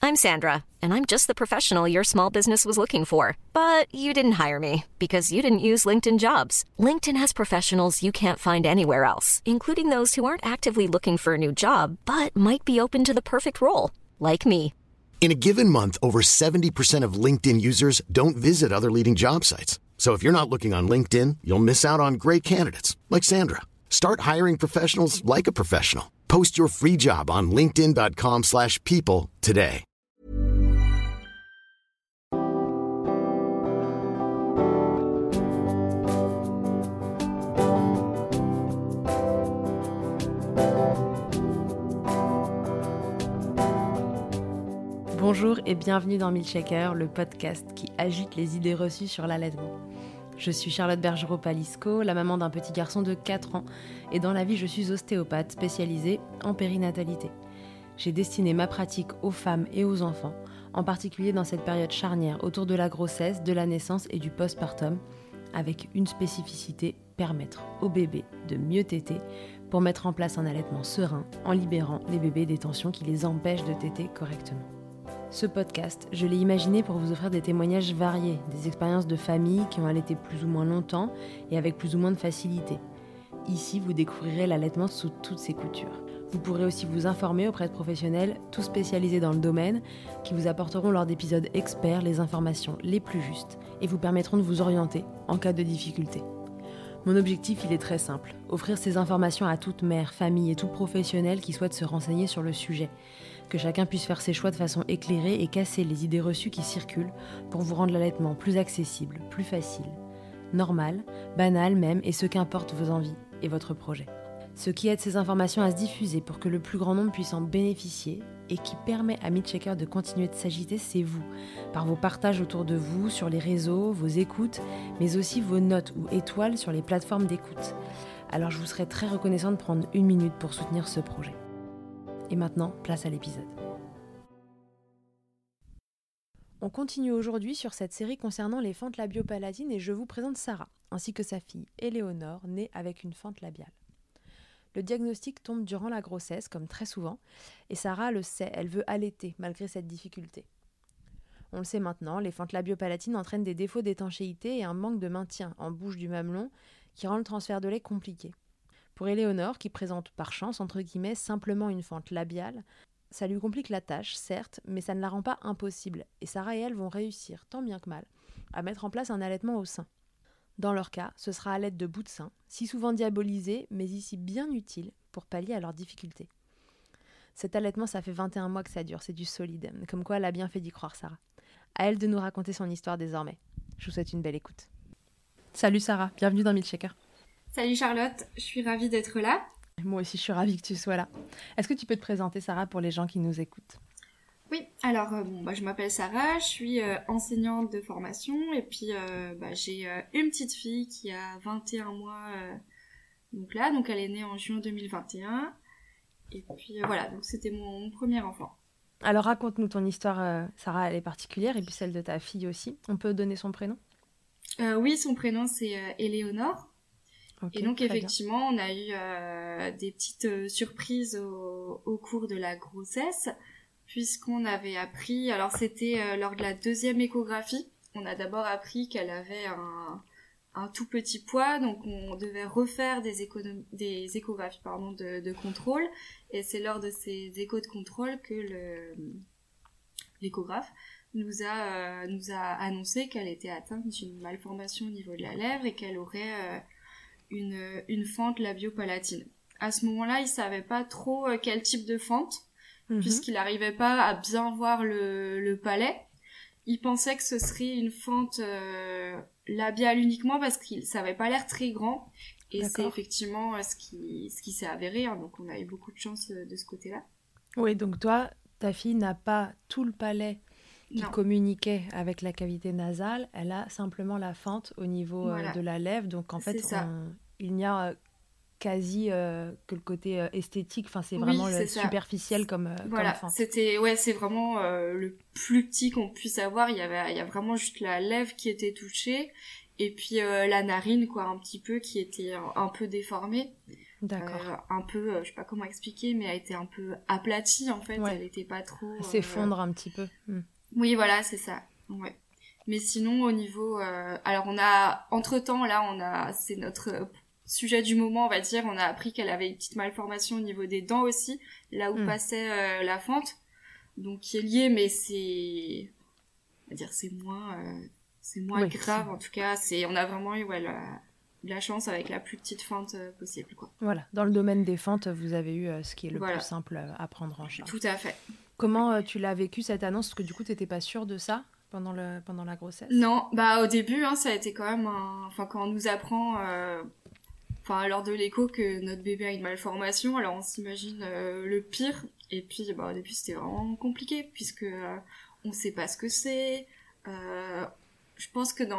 I'm Sandra, and I'm just the professional your small business was looking for. But you didn't hire me because you didn't use LinkedIn Jobs. LinkedIn has professionals you can't find anywhere else, including those who aren't actively looking for a new job, but might be open to the perfect role, like me. In a given month, over 70% of LinkedIn users don't visit other leading job sites. So if you're not looking on LinkedIn, you'll miss out on great candidates like Sandra. Start hiring professionals like a professional. Post your free job on linkedin.com/people today. Bonjour et bienvenue dans Milkshaker, le podcast qui agite les idées reçues sur l'allaitement. Je suis Charlotte Bergerot-Palisco, la maman d'un petit garçon de 4 ans, et dans la vie je suis ostéopathe spécialisée en périnatalité. J'ai destiné ma pratique aux femmes et aux enfants, en particulier dans cette période charnière autour de la grossesse, de la naissance et du postpartum, avec une spécificité, permettre au bébé de mieux téter pour mettre en place un allaitement serein en libérant les bébés des tensions qui les empêchent de téter correctement. Ce podcast, je l'ai imaginé pour vous offrir des témoignages variés, des expériences de familles qui ont allaité plus ou moins longtemps et avec plus ou moins de facilité. Ici, vous découvrirez l'allaitement sous toutes ses coutures. Vous pourrez aussi vous informer auprès de professionnels, tous spécialisés dans le domaine, qui vous apporteront lors d'épisodes experts les informations les plus justes et vous permettront de vous orienter en cas de difficulté. Mon objectif, il est très simple, offrir ces informations à toute mère, famille et tout professionnel qui souhaite se renseigner sur le sujet. Que chacun puisse faire ses choix de façon éclairée et casser les idées reçues qui circulent pour vous rendre l'allaitement plus accessible, plus facile, normal, banal même, et ce qu'importe vos envies et votre projet. Ce qui aide ces informations à se diffuser pour que le plus grand nombre puisse en bénéficier et qui permet à Milkshaker de continuer de s'agiter, c'est vous, par vos partages autour de vous, sur les réseaux, vos écoutes, mais aussi vos notes ou étoiles sur les plateformes d'écoute. Alors je vous serais très reconnaissante de prendre 1 minute pour soutenir ce projet. Et maintenant, place à l'épisode. On continue aujourd'hui sur cette série concernant les fentes labiopalatines et je vous présente Sarah, ainsi que sa fille Éléonore, née avec une fente labiale. Le diagnostic tombe durant la grossesse, comme très souvent, et Sarah le sait, elle veut allaiter malgré cette difficulté. On le sait maintenant, les fentes labiopalatines entraînent des défauts d'étanchéité et un manque de maintien en bouche du mamelon qui rend le transfert de lait compliqué. Pour Éléonore, qui présente par chance, entre guillemets, simplement une fente labiale, ça lui complique la tâche, certes, mais ça ne la rend pas impossible. Et Sarah et elle vont réussir, tant bien que mal, à mettre en place un allaitement au sein. Dans leur cas, ce sera à l'aide de bouts de sein, si souvent diabolisés, mais ici bien utiles pour pallier à leurs difficultés. Cet allaitement, ça fait 21 mois que ça dure, c'est du solide. Comme quoi, elle a bien fait d'y croire, Sarah. À elle de nous raconter son histoire désormais. Je vous souhaite une belle écoute. Salut Sarah, bienvenue dans Milkshaker. Salut Charlotte, je suis ravie d'être là. Moi aussi, je suis ravie que tu sois là. Est-ce que tu peux te présenter, Sarah, pour les gens qui nous écoutent ? Oui, alors je m'appelle Sarah, je suis enseignante de formation et puis j'ai une petite fille qui a 21 mois donc elle est née en juin 2021 et puis voilà, donc c'était mon premier enfant. Alors raconte-nous ton histoire, Sarah, elle est particulière et puis celle de ta fille aussi. On peut donner son prénom ? Oui, son prénom c'est Éléonore. Okay, et donc effectivement, on a eu des petites surprises au cours de la grossesse, puisqu'on avait appris, alors c'était lors de la 2e échographie, on a d'abord appris qu'elle avait un tout petit poids, donc on devait refaire des échographies de contrôle, et c'est lors de ces échos de contrôle que l'échographe nous a annoncé qu'elle était atteinte d'une malformation au niveau de la lèvre et qu'elle aurait une fente labiopalatine. À ce moment-là, il savait pas trop quel type de fente, puisqu'il n'arrivait pas à bien voir le palais. Il pensait que ce serait une fente labiale uniquement parce ça avait pas l'air très grand. Et D'accord. C'est effectivement ce qui s'est avéré, hein, donc on a eu beaucoup de chance de ce côté-là. Oui, donc toi, ta fille n'a pas tout le palais qui Non. communiquait avec la cavité nasale, elle a simplement la fente au niveau Voilà. de la lèvre, donc en fait il n'y a quasi que le côté esthétique, enfin c'est vraiment superficiel comme voilà, comme fente. C'est vraiment le plus petit qu'on puisse avoir, il y a vraiment juste la lèvre qui était touchée et puis la narine quoi un petit peu qui était un peu déformée. D'accord. Un peu, je sais pas comment expliquer, mais elle était un peu aplatie en fait, elle était pas trop... S'effondre un petit peu. Oui, voilà, c'est ça. Ouais. Mais sinon, au niveau... alors, on a... Entre-temps, là, c'est notre sujet du moment, on va dire. On a appris qu'elle avait une petite malformation au niveau des dents aussi, là où passait la fente. Donc, qui est lié, mais c'est... On va dire, c'est moins grave, en tout cas. On a vraiment eu de la chance avec la plus petite fente possible, quoi. Voilà. Dans le domaine des fentes, vous avez eu ce qui est le plus simple à prendre en charge. Tout à fait. Comment tu l'as vécu, cette annonce? Parce que du coup, tu n'étais pas sûre de ça pendant la grossesse? Non, au début, ça a été quand même quand on nous apprend, lors de l'écho, que notre bébé a une malformation, alors on s'imagine le pire. Et puis, au début, c'était vraiment compliqué, puisque on sait pas ce que c'est. Je pense que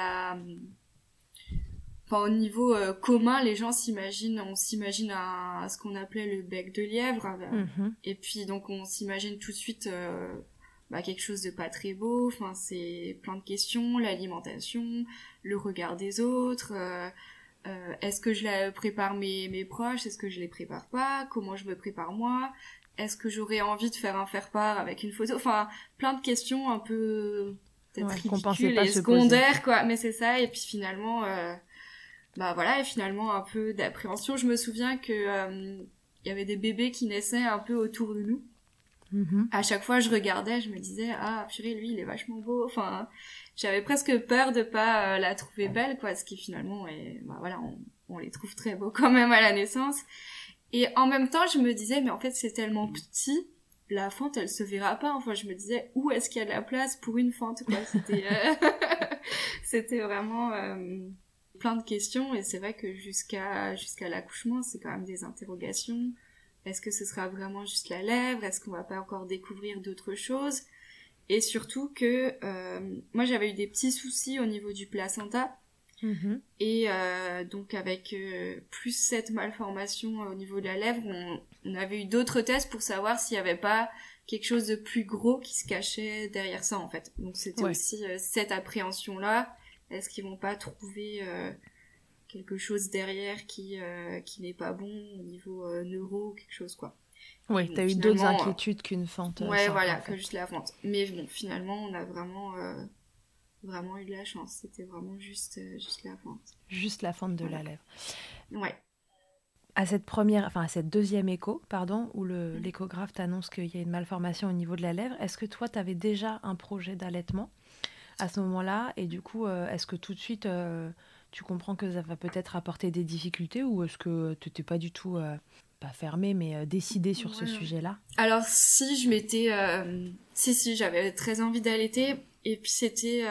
au niveau commun, les gens on s'imagine à ce qu'on appelait le bec de lièvre. Et puis, donc, on s'imagine tout de suite quelque chose de pas très beau. Enfin, c'est plein de questions, l'alimentation, le regard des autres. Est-ce que je prépare mes proches? Est-ce que je les prépare pas? Comment je me prépare moi? Est-ce que j'aurais envie de faire un faire-part avec une photo? Enfin, plein de questions un peu peut-être ridicules et secondaires, quoi. Mais c'est ça. Et puis finalement... et finalement un peu d'appréhension. Je me souviens que y avait des bébés qui naissaient un peu autour de nous. À chaque fois je regardais, je me disais purée, lui il est vachement beau. Enfin, j'avais presque peur de pas la trouver belle, quoi, ce qui finalement est on les trouve très beaux quand même à la naissance. Et en même temps je me disais mais en fait c'est tellement petit, la fente elle se verra pas. Enfin, je me disais où est-ce qu'il y a de la place pour une fente, quoi. C'était vraiment plein de questions, et c'est vrai que jusqu'à l'accouchement, c'est quand même des interrogations. Est-ce que ce sera vraiment juste la lèvre? Est-ce qu'on va pas encore découvrir d'autres choses? Et surtout que moi j'avais eu des petits soucis au niveau du placenta. Et donc avec plus cette malformation au niveau de la lèvre, on avait eu d'autres tests pour savoir s'il y avait pas quelque chose de plus gros qui se cachait derrière ça, en fait. Donc c'était aussi cette appréhension-là. Est-ce qu'ils vont pas trouver quelque chose derrière qui n'est pas bon au niveau neuro ou quelque chose, quoi. Oui, t'as eu d'autres inquiétudes qu'une fente. Que juste la fente. Mais bon, finalement, on a vraiment eu de la chance. C'était vraiment juste la fente. Juste la fente de la lèvre. Ouais. À cette deuxième écho, où l'échographe t'annonce qu'il y a une malformation au niveau de la lèvre, est-ce que toi, t'avais déjà un projet d'allaitement à ce moment-là? Et du coup, est-ce que tout de suite, tu comprends que ça va peut-être apporter des difficultés, ou est-ce que tu n'étais pas du tout, pas fermée, mais décidée sur ce sujet-là? Alors, si, je m'étais... j'avais très envie d'allaiter. Et puis, c'était,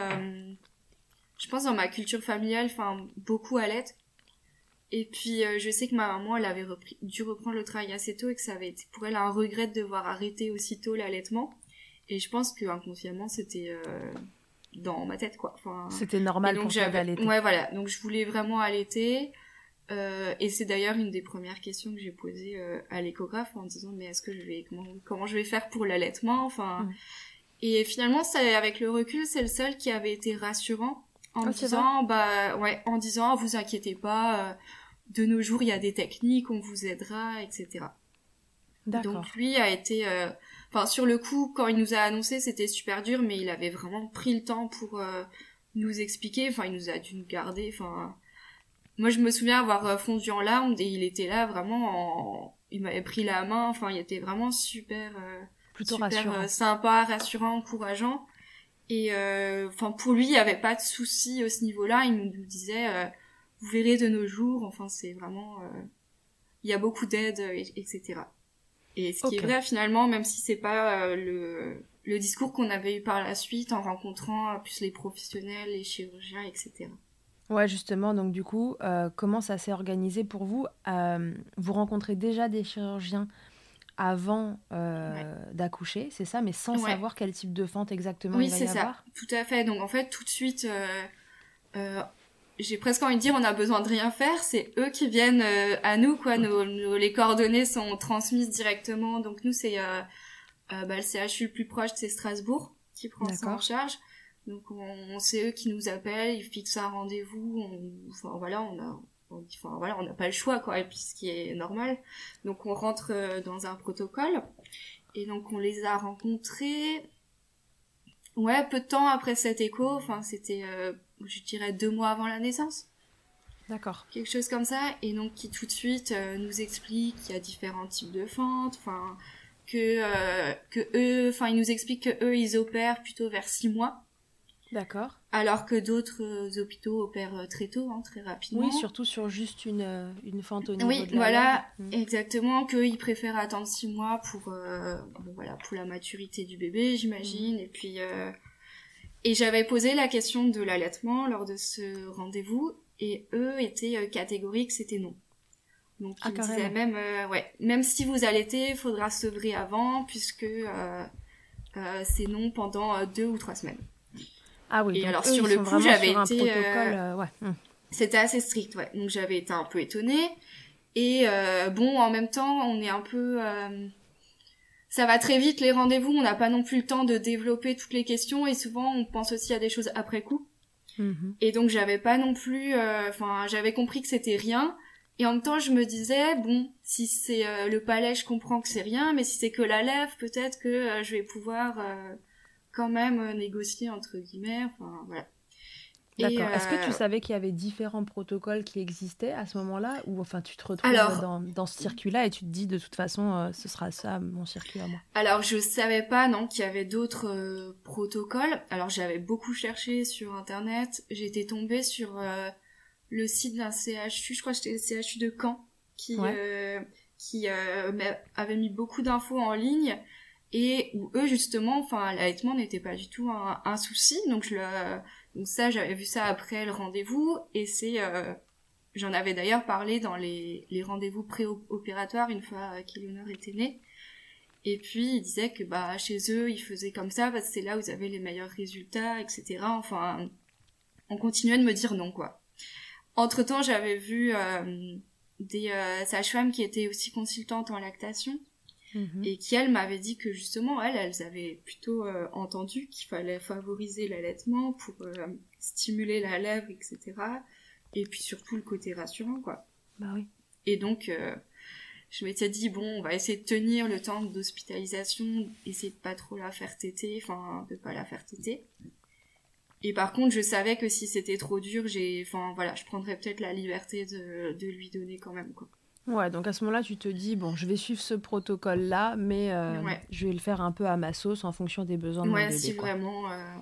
je pense, dans ma culture familiale, beaucoup allaitent. Et puis, je sais que ma maman, elle avait dû reprendre le travail assez tôt, et que ça avait été pour elle un regret de devoir arrêter aussitôt l'allaitement. Et je pense que inconsciemment, c'était... dans ma tête, quoi. C'était normal pour toi d'allaiter. Ouais, voilà. Donc je voulais vraiment allaiter. Et c'est d'ailleurs une des premières questions que j'ai posées à l'échographe, en disant mais comment je vais faire pour l'allaitement, Et finalement, avec le recul, c'est le seul qui avait été rassurant en disant vous inquiétez pas, de nos jours il y a des techniques, on vous aidera, etc. D'accord. Donc lui a été sur le coup, quand il nous a annoncé, c'était super dur, mais il avait vraiment pris le temps pour nous expliquer. Il nous a dû nous garder. Moi, je me souviens avoir fondu en larmes, et il était là vraiment il m'avait pris la main. Il était vraiment super rassurant. Sympa, rassurant, encourageant. Et pour lui, il n'y avait pas de souci à ce niveau-là. Il nous disait vous verrez de nos jours. C'est vraiment il y a beaucoup d'aide, etc. Et ce qui est vrai finalement, même si c'est pas le discours qu'on avait eu par la suite en rencontrant plus les professionnels, les chirurgiens, etc. Ouais, justement, donc du coup, comment ça s'est organisé pour vous? Vous rencontrez déjà des chirurgiens avant d'accoucher, c'est ça, mais sans savoir quel type de fente exactement il va y avoir? Oui, c'est ça, tout à fait. Donc en fait, tout de suite... j'ai presque envie de dire on a besoin de rien faire, c'est eux qui viennent à nous, quoi. Les coordonnées sont transmises directement, donc nous c'est le CHU le plus proche, c'est Strasbourg qui prend ça en charge. Donc c'est eux qui nous appellent, ils fixent un rendez-vous, on enfin voilà, on n'a pas le choix quoi, et puis ce qui est normal. Donc on rentre dans un protocole et donc on les a rencontrés peu de temps après cette écho, enfin c'était je dirais 2 mois avant la naissance. D'accord. Quelque chose comme ça, et donc qui tout de suite nous explique qu'il y a différents types de fentes, enfin que eux, enfin ils nous expliquent que eux ils opèrent plutôt vers 6 mois. D'accord. Alors que d'autres hôpitaux opèrent très tôt, très rapidement. Oui, surtout sur juste une fente au niveau de la voilà, lèvre. exactement, qu'ils préfèrent attendre 6 mois pour la maturité du bébé, j'imagine. Et puis et j'avais posé la question de l'allaitement lors de ce rendez-vous, et eux étaient catégoriques, c'était non. Donc ils me disaient même si vous allaitez, il faudra sevrer avant, puisque c'est non pendant 2 ou 3 semaines. Ah oui, et donc alors eux, sur le coup j'avais été c'était assez strict, donc j'avais été un peu étonnée, et en même temps on est un peu ça va très vite les rendez-vous, on n'a pas non plus le temps de développer toutes les questions, et souvent on pense aussi à des choses après coup. Et donc j'avais pas non plus j'avais compris que c'était rien, et en même temps je me disais si c'est le palais, je comprends que c'est rien, mais si c'est que la lèvre, peut-être que je vais pouvoir quand même négocier entre guillemets, voilà. D'accord. Est-ce que tu savais qu'il y avait différents protocoles qui existaient à ce moment-là, ou enfin tu te retrouves dans ce circuit-là et tu te dis de toute façon ce sera ça mon circuit à moi? Alors je savais pas qu'il y avait d'autres protocoles. Alors j'avais beaucoup cherché sur internet, j'étais tombée sur le site d'un CHU, je crois que c'était le CHU de Caen, qui avait mis beaucoup d'infos en ligne, et où eux justement l'allaitement n'était pas du tout un souci, donc ça j'avais vu ça après le rendez-vous, et c'est j'en avais d'ailleurs parlé dans les rendez-vous pré-opératoires une fois qu'Éléonore était née, et puis ils disaient que chez eux ils faisaient comme ça parce que c'est là où ils avaient les meilleurs résultats, etc. On continuait de me dire non quoi. Entre temps j'avais vu des sages-femmes qui étaient aussi consultantes en lactation, et qui elles m'avaient dit que justement elles avaient plutôt entendu qu'il fallait favoriser l'allaitement pour stimuler la lèvre, etc. Et puis surtout le côté rassurant quoi. Bah oui. Et donc je m'étais dit on va essayer de tenir le temps d'hospitalisation, essayer de pas trop la faire téter, de pas la faire téter. Et par contre je savais que si c'était trop dur, je prendrais peut-être la liberté de lui donner quand même quoi. Ouais, donc à ce moment-là, tu te dis, je vais suivre ce protocole-là, mais je vais le faire un peu à ma sauce en fonction des besoins de mon bébé. Si vraiment,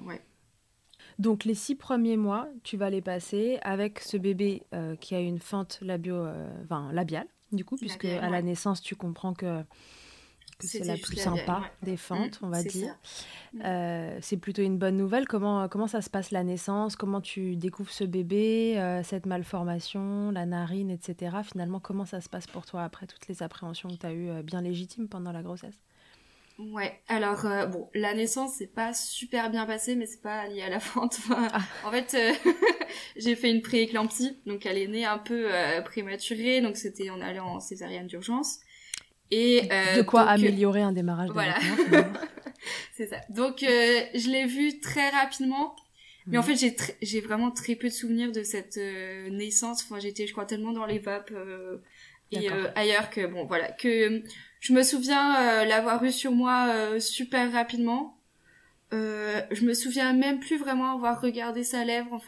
Donc les 6 premiers mois, tu vas les passer avec ce bébé qui a une fente labiale, du coup, puisque à la naissance, tu comprends que c'est la plus sympa des fentes, on va dire. C'est plutôt une bonne nouvelle. Comment ça se passe la naissance? Comment tu découvres ce bébé, cette malformation, la narine, etc. Finalement, comment ça se passe pour toi après toutes les appréhensions que tu as eues bien légitimes pendant la grossesse? Ouais, alors la naissance c'est pas super bien passé, mais c'est pas lié à la fente. En fait, j'ai fait une pré-éclampsie, donc elle est née un peu prématurée, donc on allait en césarienne d'urgence. Et de quoi améliorer un démarrage de l'allaitement. C'est ça. Donc je l'ai vue très rapidement, mais en fait j'ai vraiment très peu de souvenirs de cette naissance. J'étais je crois tellement dans les vapes et ailleurs que que je me souviens l'avoir eu sur moi super rapidement. Je me souviens même plus vraiment avoir regardé sa lèvre,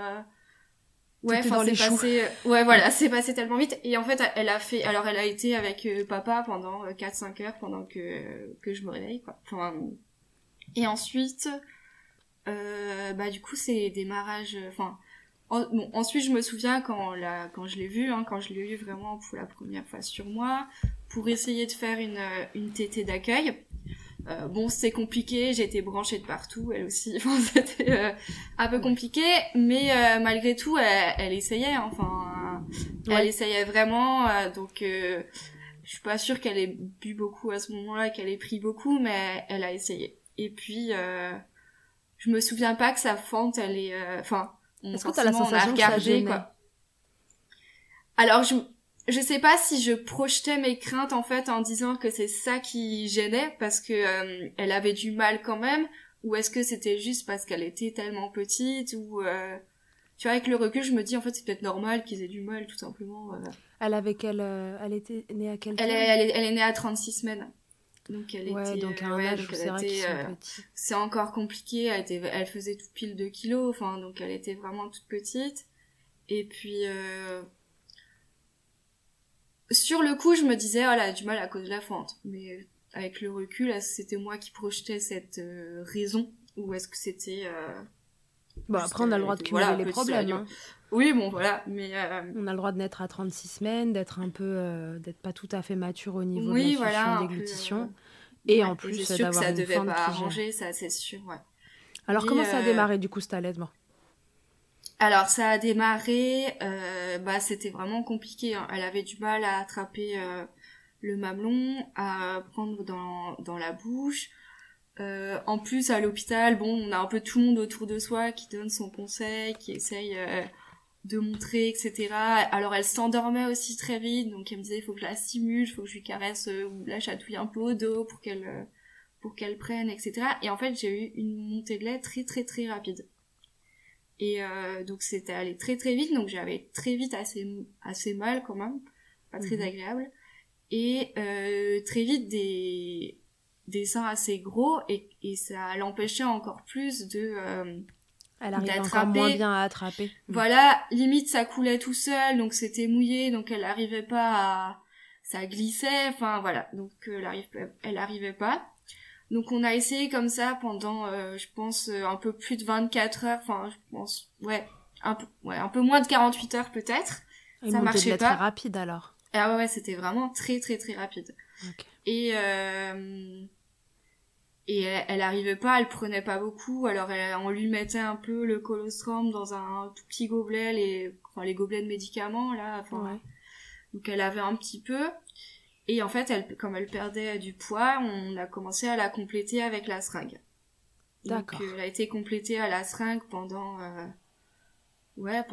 c'est passé tellement vite. Et en fait, elle a été avec papa pendant 4-5 heures pendant que je me réveille, quoi. Et ensuite, du coup, c'est démarrage, ensuite, je me souviens quand je l'ai vu, quand je l'ai eu vraiment pour la première fois sur moi, pour essayer de faire une tétée d'accueil. C'est compliqué, j'ai été branchée de partout, elle aussi, c'était un peu compliqué, mais malgré tout, elle essayait, elle essayait vraiment, donc je suis pas sûre qu'elle ait bu beaucoup à ce moment-là, qu'elle ait pris beaucoup, mais elle a essayé. Et puis, je me souviens pas que sa fente, elle est, est-ce que t'as la sensation que ça gênait, quoi. Alors, je sais pas si je projetais mes craintes en fait en disant que c'est ça qui gênait parce que elle avait du mal quand même, ou est-ce que c'était juste parce qu'elle était tellement petite, ou tu vois, avec le recul, je me dis, en fait, c'est peut-être normal qu'ils aient du mal, tout simplement. Elle avait elle était née à quel temps? Elle est née à 36 semaines. Donc elle ouais, était... donc à un âge où c'est vrai qu'ils sont petits. C'est encore compliqué, elle faisait tout pile 2 kilos, enfin, donc elle était vraiment toute petite. Et puis... sur le coup, je me disais, oh, elle a du mal à cause de la fente. Mais avec le recul, là, c'était moi qui projetais cette raison, ou est-ce que c'était... Bon, après, on a le droit de cumuler les problèmes. Hein. Oui, bon, voilà, mais... On a le droit de naître à 36 semaines, d'être un peu... d'être pas tout à fait mature au niveau oui, de la succion, voilà, déglutition. Et en plus, c'est sûr d'avoir que ça une devait fente pas qui arranger, ça, c'est sûr, ouais. Alors, comment ça a démarré, du coup, cet allaitement? Alors, ça a démarré... c'était vraiment compliqué. Hein. Elle avait du mal à attraper le mamelon, à prendre dans la bouche... en plus, à l'hôpital, bon, on a un peu tout le monde autour de soi qui donne son conseil, qui essaye de montrer, etc. Alors, elle s'endormait aussi très vite, donc elle me disait, il faut que je la stimule, il faut que je lui caresse ou la chatouille un peu au dos pour qu'elle prenne, etc. Et en fait, j'ai eu une montée de lait très, très, très rapide. Et donc, c'était allé très, très vite, donc j'avais très vite assez mal quand même, pas très agréable. Et très vite, des seins assez gros et ça l'empêchait encore plus de elle arrivait encore moins bien à attraper. Voilà, limite ça coulait tout seul, donc c'était mouillé, donc elle arrivait pas à... ça glissait, enfin voilà, donc elle arrivait pas. Donc on a essayé comme ça pendant, je pense, un peu plus de 24 heures, enfin je pense, un peu moins de 48 heures peut-être. Et ça marchait pas. Très rapide alors. Ah ouais, c'était vraiment très très très rapide. Okay. Et elle arrivait pas, elle prenait pas beaucoup, alors on lui mettait un peu le colostrum dans un tout petit gobelet, les gobelets de médicaments, là, enfin. Ouais. Donc elle avait un petit peu. Et en fait, comme elle perdait du poids, on a commencé à la compléter avec la seringue. D'accord. Donc elle a été complétée à la seringue pendant, je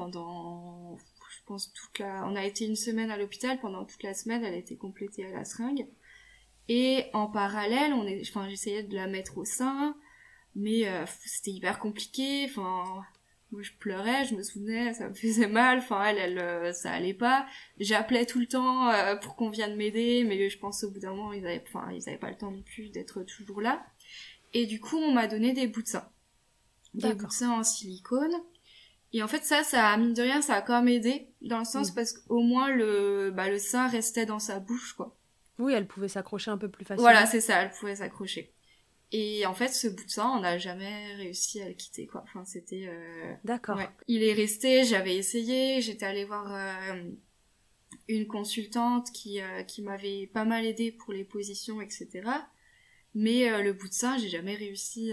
pense on a été une semaine à l'hôpital, pendant toute la semaine, elle a été complétée à la seringue. Et en parallèle, j'essayais de la mettre au sein, mais c'était hyper compliqué. Enfin, moi je pleurais, je me souvenais, ça me faisait mal. Enfin, elle ça allait pas. J'appelais tout le temps pour qu'on vienne m'aider, mais je pense au bout d'un moment ils avaient pas le temps non plus d'être toujours là. Et du coup, on m'a donné des bouts de sein, des bouts de sein en silicone. Et en fait, ça mine de rien, ça a quand même aidé dans le sens parce qu'au moins le sein restait dans sa bouche, quoi. Oui, elle pouvait s'accrocher un peu plus facilement. Voilà, c'est ça, elle pouvait s'accrocher. Et en fait, ce bout de sang, on n'a jamais réussi à le quitter, quoi. Enfin, c'était... D'accord. Ouais. Il est resté, j'avais essayé, j'étais allée voir une consultante qui m'avait pas mal aidée pour les positions, etc. Mais le bout de sang, j'ai jamais réussi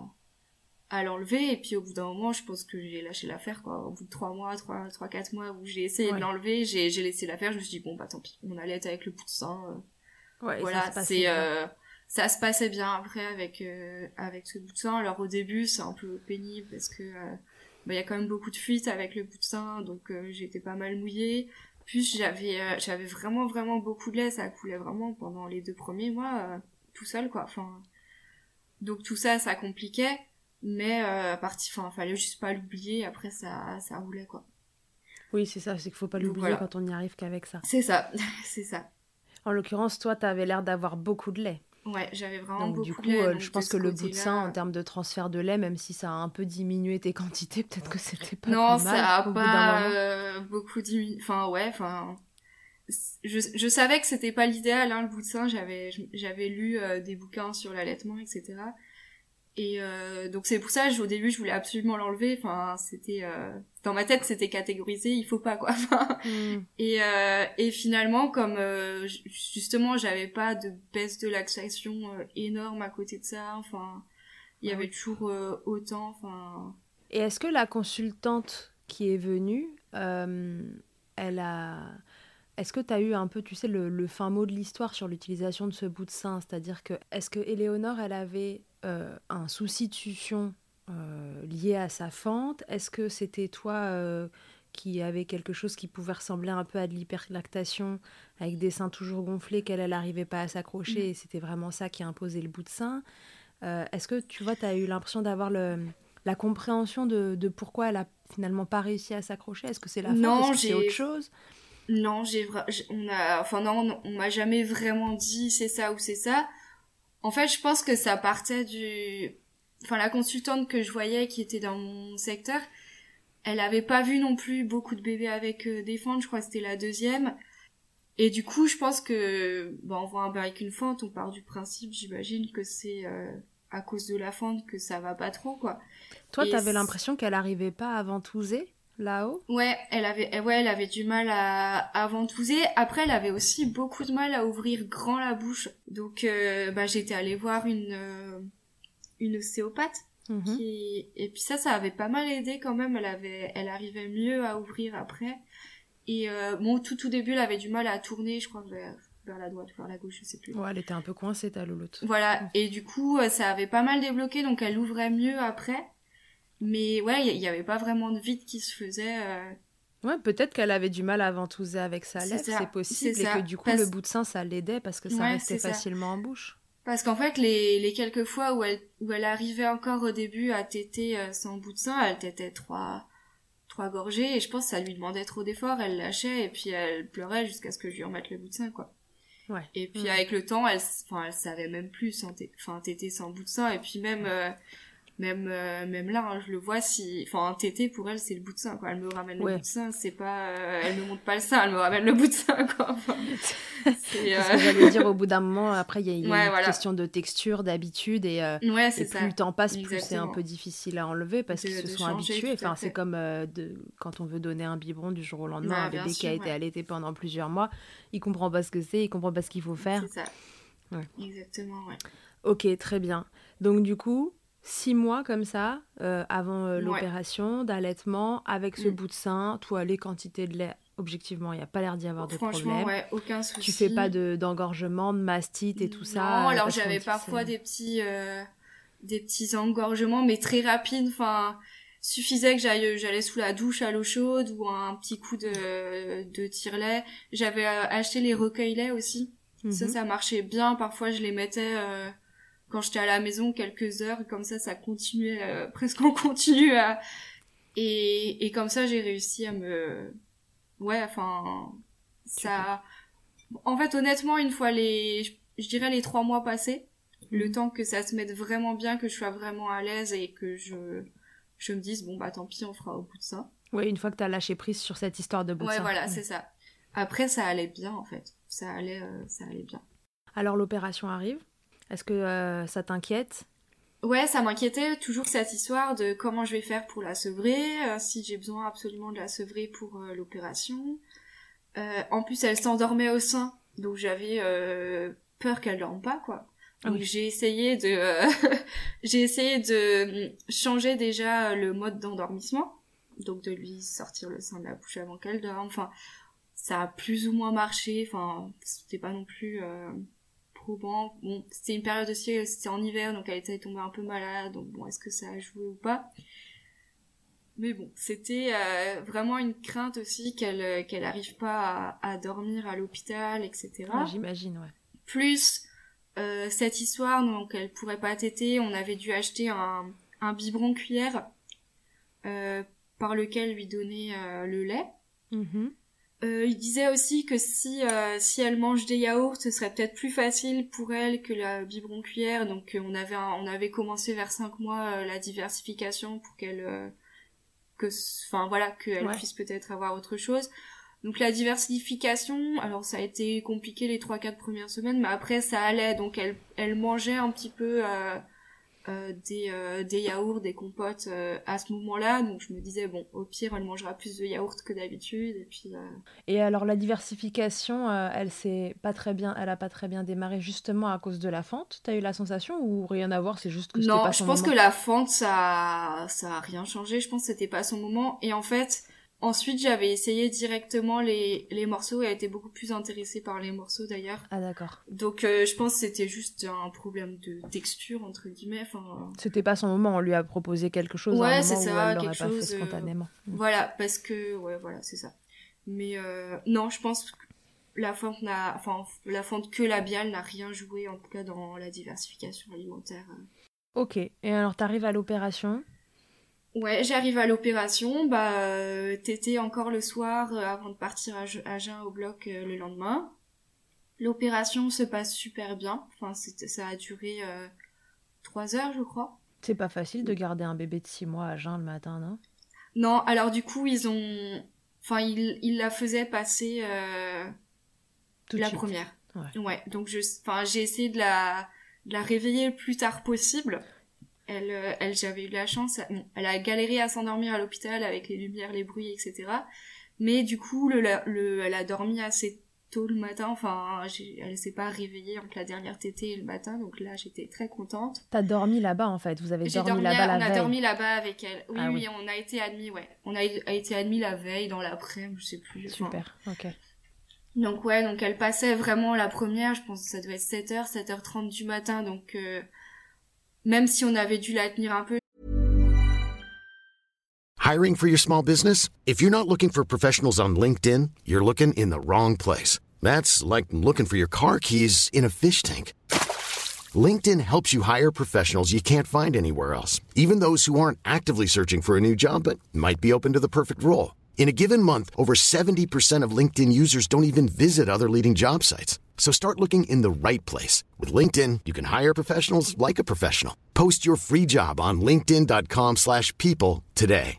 à l'enlever. Et puis au bout d'un moment, je pense que j'ai lâché l'affaire, quoi. Au bout de 3-4 mois où j'ai essayé de l'enlever, j'ai laissé l'affaire, je me suis dit, bon, bah tant pis, on allait être avec le bout de sang... Ouais, voilà, ça se passait bien après avec ce bout de sein. Alors au début, c'est un peu pénible parce que y a quand même beaucoup de fuites avec le bout de sein, donc j'étais pas mal mouillée. Puis j'avais vraiment vraiment beaucoup de lait, ça coulait vraiment pendant les 2 premiers mois tout seul, quoi. Enfin, donc tout ça compliquait, mais fallait juste pas l'oublier. Après ça roulait, quoi. Oui, c'est ça, c'est qu'il faut pas l'oublier voilà. Quand on n'y arrive qu'avec ça. C'est ça, c'est ça. En l'occurrence, toi, t'avais l'air d'avoir beaucoup de lait. Ouais, j'avais vraiment donc, beaucoup de lait. Donc, je pense que le bout de sein, en termes de transfert de lait, même si ça a un peu diminué tes quantités, peut-être que c'était pas non, plus mal. Non, ça a pas beaucoup diminué. Je savais que c'était pas l'idéal, hein, le bout de sein. J'avais lu des bouquins sur l'allaitement, etc. Et donc c'est pour ça, au début, je voulais absolument l'enlever. Enfin, c'était dans ma tête, c'était catégorisé, il faut pas, quoi. Et finalement, comme justement, j'avais pas de baisse de laxation énorme à côté de ça. Enfin, il y avait toujours autant. Enfin. Et est-ce que la consultante qui est venue, est-ce que tu as eu un peu, tu sais, le fin mot de l'histoire sur l'utilisation de ce bout de sein? C'est-à-dire que, est-ce que Éléonore, elle avait un souci de succion lié à sa fente? Est-ce que c'était toi qui avait quelque chose qui pouvait ressembler un peu à de l'hyperlactation, avec des seins toujours gonflés, qu'elle n'arrivait pas à s'accrocher, et c'était vraiment ça qui a imposé le bout de sein? Est-ce que, tu vois, tu as eu l'impression d'avoir la compréhension de pourquoi elle a finalement pas réussi à s'accrocher? Est-ce que c'est la faute? Non, Est-ce que c'est autre chose? Non, non, on m'a jamais vraiment dit c'est ça ou c'est ça. En fait, je pense que ça partait la consultante que je voyais qui était dans mon secteur, elle avait pas vu non plus beaucoup de bébés avec des fentes, je crois que c'était la deuxième. Et du coup, je pense que, on voit un bébé avec une fente, on part du principe, j'imagine que c'est à cause de la fente que ça va pas trop, quoi. Toi, t'avais l'impression qu'elle arrivait pas à ventouser là-haut? Ouais, elle avait du mal à ventouser. Après, elle avait aussi beaucoup de mal à ouvrir grand la bouche. Donc, j'étais allée voir une ostéopathe. Et puis ça avait pas mal aidé quand même. Elle arrivait mieux à ouvrir après. Et tout début, elle avait du mal à tourner, je crois, vers la droite ou vers la gauche, je sais plus. Ouais, elle était un peu coincée, ta louloute. Voilà, et du coup, ça avait pas mal débloqué, donc elle ouvrait mieux après. Mais ouais, il y avait pas vraiment de vide qui se faisait. Ouais, peut-être qu'elle avait du mal à ventouser avec sa lèvre, c'est possible, et que du coup, le bout de sein, ça l'aidait parce que ça restait facilement en bouche. Parce qu'en fait, les quelques fois où elle arrivait encore au début à téter sans bout de sein, elle tétait trois gorgées, et je pense que ça lui demandait trop d'efforts, elle lâchait, et puis elle pleurait jusqu'à ce que je lui remette le bout de sein, quoi. Ouais. Et puis avec le temps, elle savait même plus téter sans bout de sein, et puis même là, hein, je le vois, un tété pour elle, c'est le bout de sein, quoi. Elle me ramène le bout de sein, c'est pas, elle me montre pas le sein, elle me ramène le bout de sein, quoi. Enfin, c'est ce que j'allais dire, au bout d'un moment, après, il y a une question de texture, d'habitude, et plus le temps passe, plus c'est un peu difficile à enlever parce qu'ils se sont habitués. Enfin, c'est comme quand on veut donner un biberon du jour au lendemain, un bébé qui a été allaité pendant plusieurs mois, il comprend pas ce que c'est, il comprend pas ce qu'il faut faire. C'est ça. Ouais. Exactement, ouais. Ok, très bien. Donc, du coup, 6 mois comme ça, avant l'opération d'allaitement, avec ce bout de sein, toi, les quantités de lait, objectivement, il n'y a pas l'air d'y avoir de problème. Franchement, ouais, aucun souci. Tu fais pas d'engorgement, de mastite et tout ça? Non, alors j'avais parfois des petits engorgements, mais très rapides. Enfin, suffisait que j'allais sous la douche à l'eau chaude ou un petit coup de tire-lait. J'avais acheté les recueils-lait aussi. Ça marchait bien. Parfois, je les mettais... quand j'étais à la maison quelques heures, comme ça continuait presque en continu et comme ça j'ai réussi à me ça en fait honnêtement une fois je dirais les 3 mois passés, le temps que ça se mette vraiment bien, que je sois vraiment à l'aise et que je me dise tant pis, on fera au bout de ça. Oui, une fois que t'as lâché prise sur cette histoire de bout de sein. Ouais, voilà, c'est ça. Après ça allait bien en fait, ça allait bien. Alors l'opération arrive. Est-ce que ça t'inquiète? Ouais, ça m'inquiétait toujours cette histoire de comment je vais faire pour la sevrer, si j'ai besoin absolument de la sevrer pour l'opération. En plus, elle s'endormait au sein, donc j'avais peur qu'elle dorme pas, quoi. Donc j'ai essayé de changer déjà le mode d'endormissement, donc de lui sortir le sein de la bouche avant qu'elle dorme. Enfin, ça a plus ou moins marché. Enfin, c'était pas non plus probant. Bon, c'était une période aussi, c'était en hiver, donc elle était tombée un peu malade. Donc bon, est-ce que ça a joué ou pas? Mais bon, c'était vraiment une crainte aussi qu'elle arrive pas à dormir à l'hôpital, etc. Ouais, j'imagine, ouais. Plus cette histoire, donc elle pourrait pas téter, on avait dû acheter un biberon cuillère par lequel lui donner le lait. Il disait aussi que si elle mange des yaourts, ce serait peut-être plus facile pour elle que le biberon cuillère. Donc on avait commencé vers 5 mois la diversification pour qu'elle puisse peut-être avoir autre chose. Donc la diversification, alors ça a été compliqué les 3-4 premières semaines, mais après ça allait. Donc elle mangeait un petit peu des yaourts, des compotes à ce moment-là. Donc je me disais, bon, au pire, elle mangera plus de yaourts que d'habitude. Et puis. Et alors la diversification, elle a pas très bien démarré justement à cause de la fente. T'as eu la sensation ou rien à voir, c'est juste que c'était pas son moment? Non, je pense que la fente, ça a rien changé. Je pense que c'était pas son moment. Et en fait, ensuite, j'avais essayé directement les morceaux et elle était beaucoup plus intéressée par les morceaux d'ailleurs. Ah d'accord. Donc je pense que c'était juste un problème de texture entre guillemets. Enfin. C'était pas son moment. On lui a proposé quelque chose à un moment où elle l'aurait pas fait spontanément. Voilà, parce que c'est ça. Mais non, je pense que la fente queue labiale n'a rien joué, en tout cas dans la diversification alimentaire. Ok. Et alors t'arrives à l'opération? Ouais, j'arrive à l'opération, tété encore le soir avant de partir à jeun au bloc le lendemain. L'opération se passe super bien, enfin ça a duré 3 heures je crois. C'est pas facile de garder un bébé de 6 mois à jeun le matin, non? Non, alors du coup ils la faisaient passer Tout de la suite. première. Ouais, donc j'ai essayé de la réveiller le plus tard possible. J'avais eu de la chance, elle a galéré à s'endormir à l'hôpital avec les lumières, les bruits, etc. Mais du coup, elle a dormi assez tôt le matin, elle s'est pas réveillée entre la dernière tétée et le matin, donc là, j'étais très contente. T'as dormi là-bas, en fait, vous avez dormi là-bas la veille. On a dormi là-bas avec elle. Oui, Ah, oui, on a été admis, ouais. On a été admis la veille, dans l'après-midi, je sais plus. Super, ok. Donc elle passait vraiment la première, je pense que ça devait être 7h, 7h30 du matin, donc même si on avait dû la tenir un peu. Hiring for your small business? If you're not looking for professionals on LinkedIn, you're looking in the wrong place. That's like looking for your car keys in a fish tank. LinkedIn helps you hire professionals you can't find anywhere else, even those who aren't actively searching for a new job but might be open to the perfect role. In a given month, over 70% of LinkedIn users don't even visit other leading job sites. So start looking in the right place. With LinkedIn, you can hire professionals like a professional. Post your free job on linkedin.com/people today.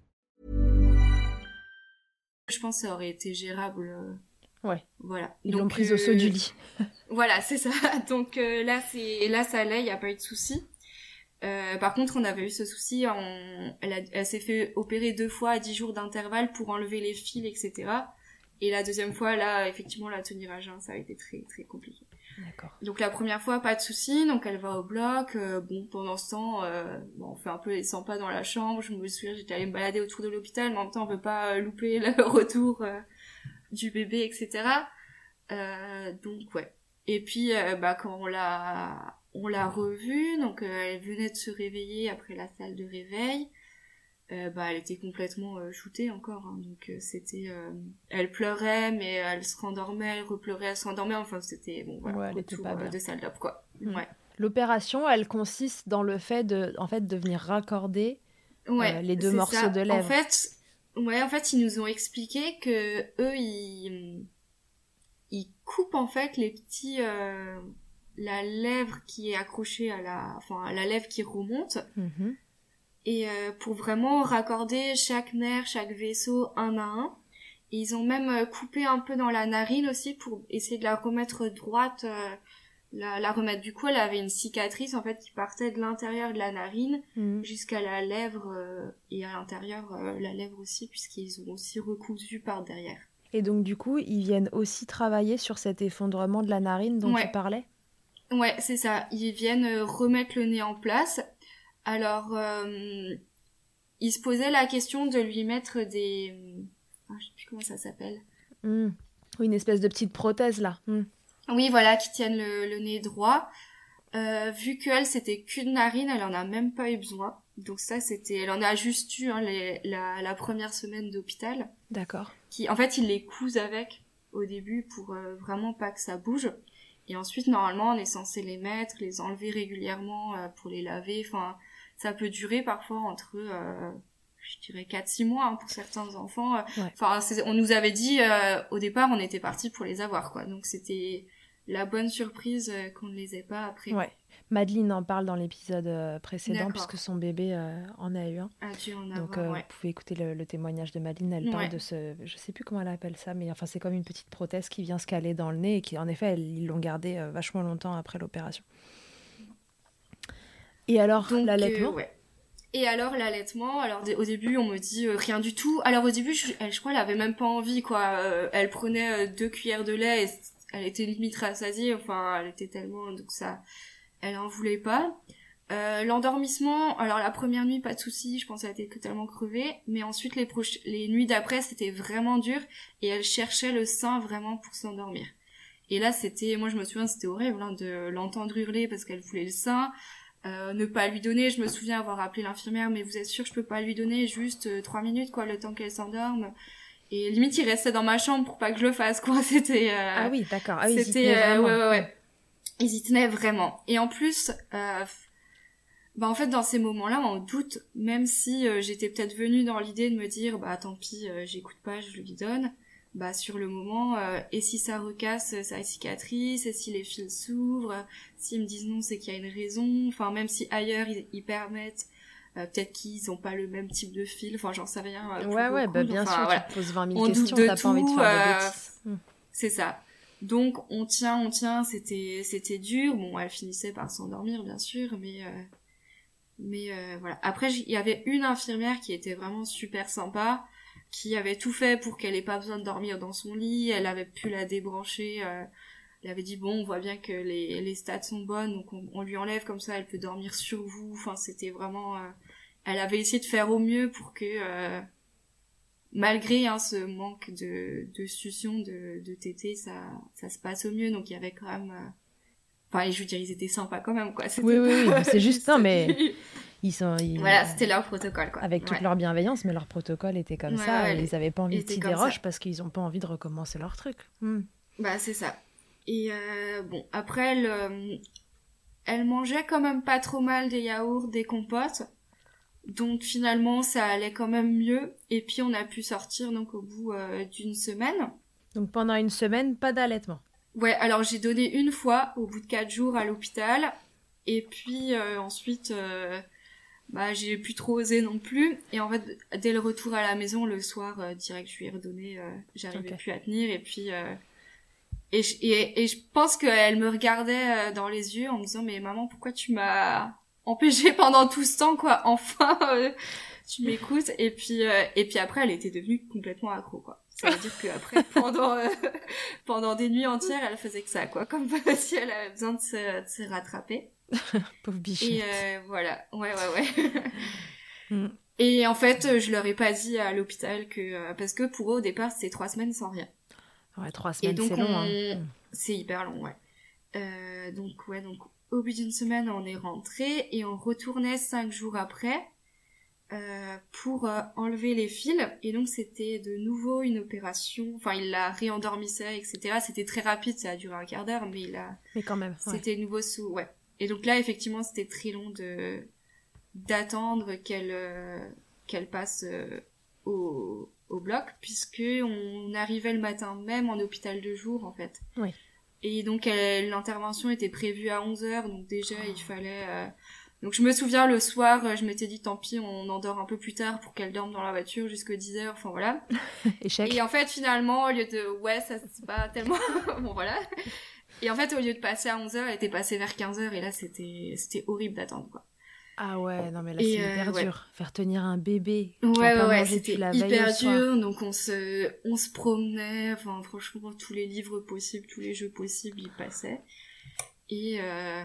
Je pense que ça aurait été gérable. Ouais. Voilà. Ils l'ont prise au saut du lit. Voilà, c'est ça. Donc là, ça allait, il n'y a pas eu de souci. Par contre, on avait eu ce souci, elle s'est fait opérer 2 fois à 10 jours d'intervalle pour enlever les fils, etc. Et la deuxième fois, là, effectivement, la tenir à jeun, ça a été très, très compliqué. D'accord. Donc la première fois, pas de souci, donc elle va au bloc. Pendant ce temps, on fait un peu les 100 pas dans la chambre. Je me souviens, j'étais allée me balader autour de l'hôpital, mais en même temps, on peut pas louper le retour du bébé, etc. Donc ouais. Et puis, quand on l'a revue, donc elle venait de se réveiller après la salle de réveil. Elle était complètement shootée encore, hein, donc c'était elle pleurait mais elle se rendormait, elle repleurait, elle se rendormait, enfin c'était elle était pas bien. De salle d'op quoi. Ouais. L'opération, elle consiste dans le fait de venir raccorder les 2 morceaux de lèvres. En fait ils nous ont expliqué que eux ils coupent en fait les petits la lèvre qui est accrochée à la lèvre qui remonte. Mm-hmm. Et pour vraiment raccorder chaque nerf, chaque vaisseau un à un. Et ils ont même coupé un peu dans la narine aussi pour essayer de la remettre droite, la remettre. Du coup, elle avait une cicatrice en fait qui partait de l'intérieur de la narine jusqu'à la lèvre et à l'intérieur la lèvre aussi, puisqu'ils ont aussi recousu par derrière. Et donc du coup, ils viennent aussi travailler sur cet effondrement de la narine dont tu parlais ? Ouais, c'est ça. Ils viennent remettre le nez en place. Alors, il se posait la question de lui mettre des... je sais plus comment ça s'appelle. Oui, une espèce de petite prothèse, là. Oui, voilà, qui tienne le nez droit. Vu qu'elle, c'était qu'une narine, elle en a même pas eu besoin. Donc ça, elle en a juste eu la première semaine d'hôpital. D'accord. En fait, ils les cousent avec au début pour vraiment pas que ça bouge. Et ensuite, normalement, on est censé les mettre, les enlever régulièrement pour les laver. Enfin, ça peut durer parfois entre, je dirais 4-6 mois hein, pour certains enfants. Enfin, on nous avait dit, au départ, on était partis pour les avoir, quoi. Donc, c'était la bonne surprise qu'on ne les ait pas après. Ouais. Madeleine en parle dans l'épisode précédent, puisque son bébé en a eu un. Donc, vous pouvez écouter le témoignage de Madeleine. Elle parle de je sais plus comment elle appelle ça, mais enfin, c'est comme une petite prothèse qui vient se caler dans le nez et qui, en effet, ils l'ont gardée vachement longtemps après l'opération. Et alors, l'allaitement Et alors, l'allaitement, au début, on me dit rien du tout. Alors, au début, je crois, elle avait même pas envie, quoi. Elle prenait 2 cuillères de lait et elle était limite rassasiée. Enfin, elle était tellement... Donc ça... Elle en voulait pas. L'endormissement, alors la première nuit, pas de souci, je pense qu'elle était totalement crevée. Mais ensuite, les nuits d'après, c'était vraiment dur. Et elle cherchait le sein vraiment pour s'endormir. Et là, moi je me souviens, c'était horrible hein, de l'entendre hurler parce qu'elle voulait le sein. Ne pas lui donner, je me souviens avoir appelé l'infirmière, mais vous êtes sûre que je peux pas lui donner juste 3 minutes, quoi, le temps qu'elle s'endorme. Et limite, il restait dans ma chambre pour pas que je le fasse, quoi. C'était... Ah oui, d'accord. Ah oui, c'était... ouais. Ils y tenaient vraiment. Et en plus, Bah en fait dans ces moments-là on doute, même si j'étais peut-être venue dans l'idée de me dire bah tant pis, j'écoute pas, je lui donne. Bah sur le moment, et si ça recasse sa cicatrice, et si les fils s'ouvrent, s'ils me disent non c'est qu'il y a une raison, enfin même si ailleurs ils permettent, peut-être qu'ils ont pas le même type de fil, enfin j'en sais rien. Ouais, bah bien sûr, voilà. tu te poses 20 000 On questions, doute de t'as pas envie de tout, faire de bêtises. C'est ça. Donc on tient, c'était dur. Bon, elle finissait par s'endormir bien sûr, mais voilà. Après il y avait une infirmière qui était vraiment super sympa, qui avait tout fait pour qu'elle ait pas besoin de dormir dans son lit. Elle avait pu la débrancher. Elle avait dit bon, on voit bien que les stats sont bonnes, donc on lui enlève comme ça, elle peut dormir sur vous. Enfin c'était vraiment. Elle avait essayé de faire au mieux pour que malgré ce manque de succion de tétés, ça se passe au mieux. Donc il y avait quand même. Enfin, je veux dire, ils étaient sympas quand même, quoi. Oui, c'est juste non, mais voilà, c'était leur protocole, quoi. Avec toute leur bienveillance, mais leur protocole était comme ça. Et ils avaient pas envie de tirer des roches parce qu'ils ont pas envie de recommencer leur truc. Bah c'est ça. Et bon, après elle mangeait quand même pas trop mal des yaourts, des compotes. Donc finalement, ça allait quand même mieux. Et puis on a pu sortir donc au bout d'une semaine. Donc pendant une semaine, pas d'allaitement. Ouais, alors j'ai donné une fois au bout de 4 jours à l'hôpital. Et puis ensuite, bah j'ai plus trop osé non plus. Et en fait, dès le retour à la maison, le soir, direct, je lui ai redonné. J'arrivais plus à tenir. Et puis... Et je pense qu'elle me regardait dans les yeux en me disant « Mais maman, pourquoi tu m'as empêchée pendant tout ce temps, quoi. Enfin, tu m'écoutes. » Et puis après, elle était devenue complètement accro, quoi. Ça veut dire qu'après, pendant des nuits entières, elle faisait que ça, quoi. Comme si elle avait besoin de se rattraper. Pauvre bichette. Et voilà. Ouais. Et en fait, je leur ai pas dit à l'hôpital que... parce que pour eux, au départ, c'était 3 semaines sans rien. Ouais, 3 semaines, c'est long. C'est hyper long, ouais. Donc, au bout d'une semaine, on est rentré et on retournait 5 jours après pour enlever les fils. Et donc, c'était de nouveau une opération. Enfin, il la réendormissait, etc. C'était très rapide, ça a duré un quart d'heure, mais quand même, ouais. C'était nouveau ouais. Et donc là, effectivement, c'était très long d'attendre qu'elle passe au bloc, puisque on arrivait le matin même en hôpital de jour, en fait. Oui. Et donc, l'intervention était prévue à 11h, donc déjà, il fallait... Donc, je me souviens, le soir, je m'étais dit, tant pis, on endort un peu plus tard pour qu'elle dorme dans la voiture jusqu'à 10h, enfin, voilà. Échec. Et en fait, finalement, au lieu de... Ouais, ça, c'est pas tellement... Bon, voilà. Et en fait, au lieu de passer à 11h, elle était passée vers 15h, et là, c'était horrible d'attendre, quoi. Ah ouais, non mais là c'est hyper dur. Faire tenir un bébé. Ouais, c'était hyper dur. Donc on se promenait, enfin franchement tous les livres possibles, tous les jeux possibles y passaient. Et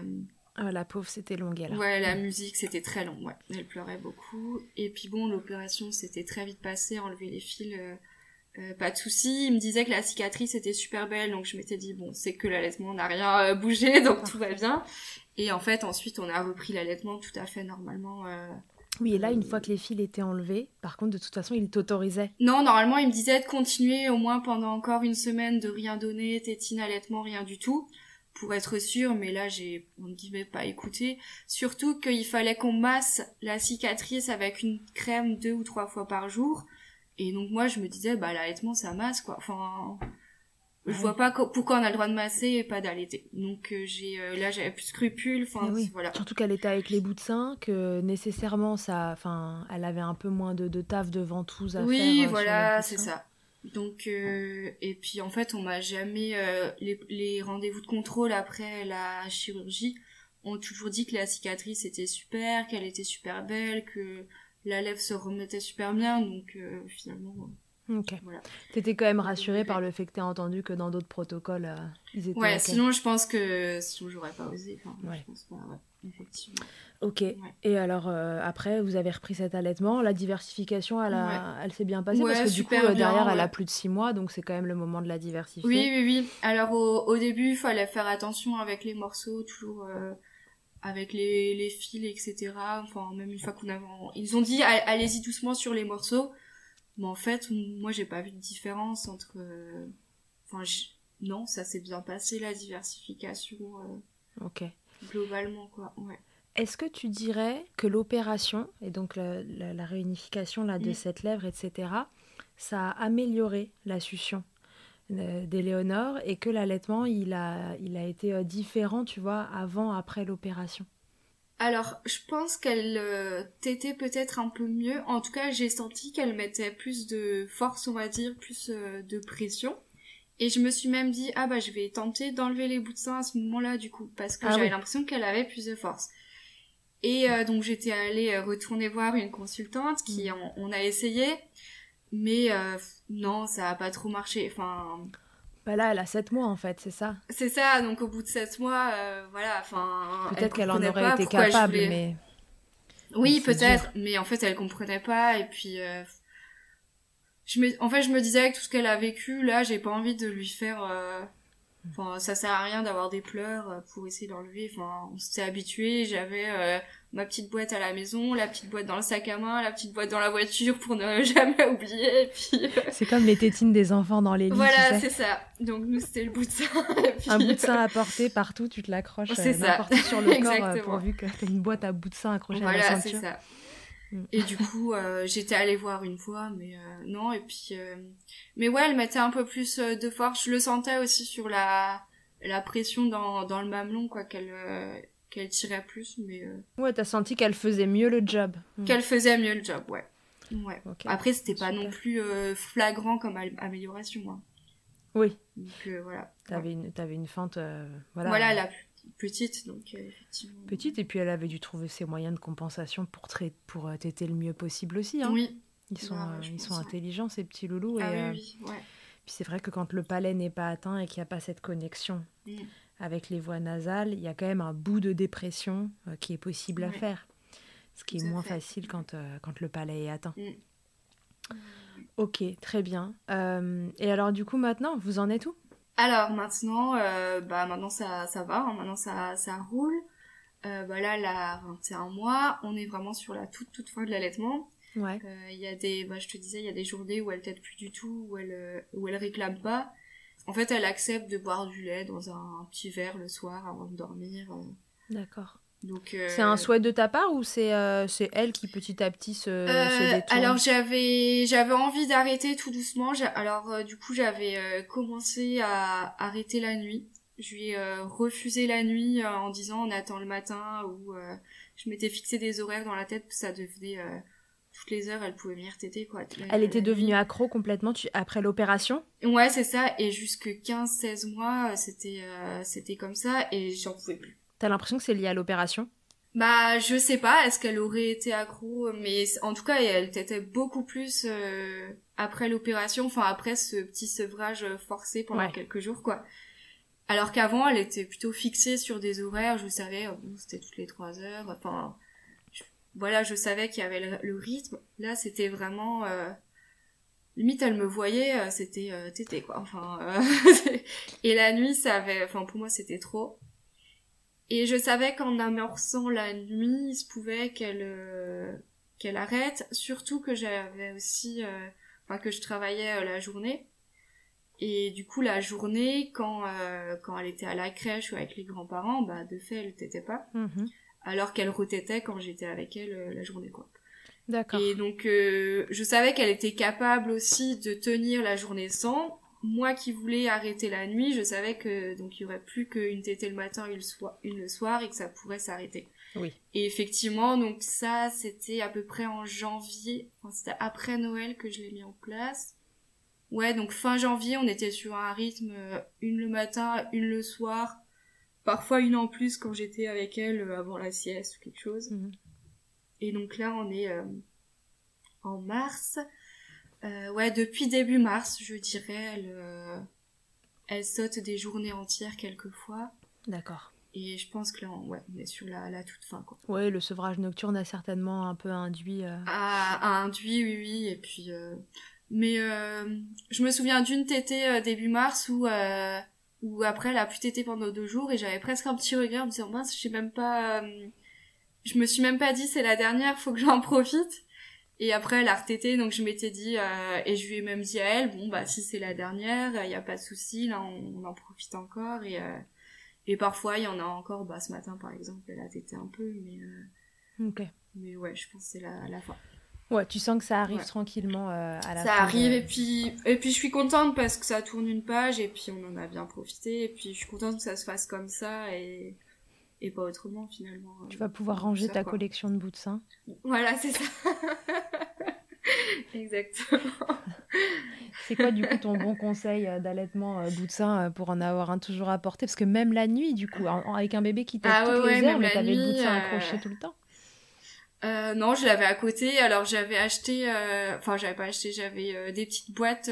la pauvre, c'était long, elle. Ouais, la musique c'était très long, ouais. Elle pleurait beaucoup. Et puis bon, l'opération s'était très vite passée, enlever les fils, pas de soucis. Il me disait que la cicatrice était super belle, donc je m'étais dit bon, c'est que l'allaitement, on n'a rien bougé, donc tout va bien. Et en fait, ensuite, on a repris l'allaitement tout à fait normalement. Oui, et là, une fois que les fils étaient enlevés, par contre, de toute façon, il t'autorisait. Non, normalement, il me disait de continuer au moins pendant encore une semaine, de rien donner, tétine, allaitement, rien du tout, pour être sûr. Mais là, j'ai, on ne dit pas écouté. Surtout qu'il fallait qu'on masse la cicatrice avec une crème 2 ou 3 fois par jour. Et donc, moi, je me disais, l'allaitement, ça masse, quoi. Enfin... Je vois pas pourquoi on a le droit de masser et pas d'allaiter. Donc là j'avais plus de scrupules, voilà. Surtout qu'elle était avec les bouts de sein, que nécessairement elle avait un peu moins de taf de ventouse à faire. Oui, voilà, c'est ça. Donc et puis en fait on m'a jamais les rendez-vous de contrôle après la chirurgie ont toujours dit que la cicatrice était super, qu'elle était super belle, que la lèvre se remettait super bien, donc finalement. Ok. Voilà. T'étais quand même rassurée par le fait que t'aies entendu que dans d'autres protocoles, ils étaient. Ouais, sinon je pense que j'aurais pas osé. Enfin, ouais. Je pense pas, ouais, effectivement. Ok. Ouais. Et alors après, vous avez repris cet allaitement. La diversification, elle s'est bien passée parce que du coup derrière, elle a plus de 6 mois, donc c'est quand même le moment de la diversifier. Oui. Alors au début, il fallait faire attention avec les morceaux, toujours. Avec les fils, etc. Enfin, même une fois qu'on avait... Ils ont dit, allez-y doucement sur les morceaux. Mais en fait, moi, j'ai pas vu de différence entre... Non, ça s'est bien passé, la diversification. Ok. Globalement, quoi, ouais. Est-ce que tu dirais que l'opération, et donc la réunification là, de cette lèvre, etc., ça a amélioré la succion d'Éléonore et que l'allaitement, il a été différent, tu vois, avant, après l'opération? Alors, je pense qu'elle tétait peut-être un peu mieux. En tout cas, j'ai senti qu'elle mettait plus de force, on va dire, plus de pression. Et je me suis même dit, ah bah je vais tenter d'enlever les bouts de sein à ce moment-là, du coup, parce que j'avais l'impression qu'elle avait plus de force. Et donc j'étais allée retourner voir une consultante qui on a essayé, mais non, ça a pas trop marché. Enfin, bah là, elle a 7 mois en fait, c'est ça? c'est ça, donc au bout de 7 mois, voilà, enfin... Peut-être qu'elle en aurait été capable, mais... Oui, peut-être, mais en fait, elle comprenait pas, et puis... je me disais avec tout ce qu'elle a vécu, là, j'ai pas envie de lui faire... Enfin, ça sert à rien d'avoir des pleurs pour essayer d'enlever. Enfin, on s'était habitués. J'avais ma petite boîte à la maison, la petite boîte dans le sac à main, la petite boîte dans la voiture pour ne jamais oublier. Et puis, c'est comme les tétines des enfants dans les lits. Voilà, tu sais. c'est ça. Donc nous, c'était le bout de sein. Puis, un bout de sein à porter partout, tu te l'accroches n'importe où sur le corps, pourvu que t'aies une boîte à bout de sein accrochée à la ceinture. Voilà, c'est ça. Et du coup, j'étais allée voir une fois, mais non, et puis... Mais ouais, elle mettait un peu plus de force. Je le sentais aussi sur la pression dans le mamelon, quoi, qu'elle tirait plus, mais... Ouais, t'as senti qu'elle faisait mieux le job. Qu'elle faisait mieux le job, ouais. Okay. Après, c'était pas non plus flagrant comme amélioration, hein. Oui. Donc, voilà. T'avais une fente, voilà. Voilà, la petite, donc effectivement. Petite, et puis elle avait dû trouver ses moyens de compensation pour téter le mieux possible aussi, hein. Oui. Ils sont intelligents, ces petits loulous. Ah oui, ouais. Puis c'est vrai que quand le palais n'est pas atteint et qu'il n'y a pas cette connexion avec les voies nasales, il y a quand même un bout de dépression qui est possible à faire. Ce qui est moins facile quand le palais est atteint. Ok, très bien. Et alors du coup, maintenant, vous en êtes où ? Alors maintenant, maintenant ça va, hein, maintenant ça roule. Là, elle a 21 mois, on est vraiment sur la toute fin de l'allaitement. Ouais. Il y a je te disais, il y a des journées où elle tète plus du tout, où elle réclame pas. En fait, elle accepte de boire du lait dans un petit verre le soir avant de dormir. D'accord. Donc, c'est un souhait de ta part ou c'est elle qui petit à petit se détourne ? Alors j'avais envie d'arrêter tout doucement. Du coup j'avais commencé à arrêter la nuit. Je lui ai refusé la nuit en disant on attend le matin, ou je m'étais fixé des horaires dans la tête, ça devenait toutes les heures elle pouvait venir téter, quoi. Elle était devenue accro complètement après l'opération ? Ouais, c'est ça, et jusque 15-16 mois c'était comme ça et j'en pouvais plus. T'as l'impression que c'est lié à l'opération ? Bah, je sais pas, est-ce qu'elle aurait été accro, mais en tout cas, elle tétait beaucoup plus après l'opération, enfin après ce petit sevrage forcé pendant quelques jours, quoi. Alors qu'avant, elle était plutôt fixée sur des horaires, je savais, c'était toutes les 3 heures, enfin, je savais qu'il y avait le rythme. Là, c'était vraiment... limite, elle me voyait, c'était tété, quoi, enfin... Et la nuit, pour moi, c'était trop. Et je savais qu'en amorçant la nuit, il se pouvait qu'elle arrête. Surtout que j'avais aussi... que je travaillais la journée. Et du coup, la journée, quand elle était à la crèche ou avec les grands-parents, de fait, elle tétait pas. Alors qu'elle retétait quand j'étais avec elle la journée, quoi. D'accord. Et donc, je savais qu'elle était capable aussi de tenir la journée sans... Moi qui voulais arrêter la nuit, je savais que donc il y aurait plus qu'une tétée le matin, une le soir, et que ça pourrait s'arrêter. Oui. Et effectivement, donc ça, c'était à peu près en janvier. Enfin, c'était après Noël que je l'ai mis en place. Ouais, donc fin janvier, on était sur un rythme une le matin, une le soir, parfois une en plus quand j'étais avec elle avant la sieste ou quelque chose. Et donc là, on est en mars. Depuis début mars, je dirais, elle saute des journées entières quelquefois. D'accord. Et je pense que là, on est sur la toute fin, quoi. Ouais, le sevrage nocturne a certainement un peu induit... A induit, oui, et puis... Mais je me souviens d'une tétée début mars où après, elle a pu téter pendant 2 jours, et j'avais presque un petit regret en me disant, mince, je me suis même pas dit, c'est la dernière, faut que j'en profite. Et après, elle a retété, donc je m'étais dit, et je lui ai même dit à elle, si c'est la dernière, y a pas de souci, là, on en profite encore, Et parfois, il y en a encore, ce matin, par exemple, elle a tété un peu, Ok. mais ouais, je pense que c'est la fin. Ouais, tu sens que ça arrive tranquillement à la fin. Ça arrive, et puis je suis contente parce que ça tourne une page, et puis on en a bien profité, et puis je suis contente que ça se fasse comme ça, et pas autrement, finalement. Tu vas pouvoir ranger ta collection de bouts de seins. Voilà, c'est ça. Exactement. C'est quoi du coup ton bon conseil d'allaitement bout de sein pour en avoir un toujours à porter? Parce que même la nuit, du coup, avec un bébé qui tète toutes les heures, mais t'avais le bout de sein accroché tout le temps? Non, je l'avais à côté. Alors j'avais acheté, j'avais pas acheté, j'avais des petites boîtes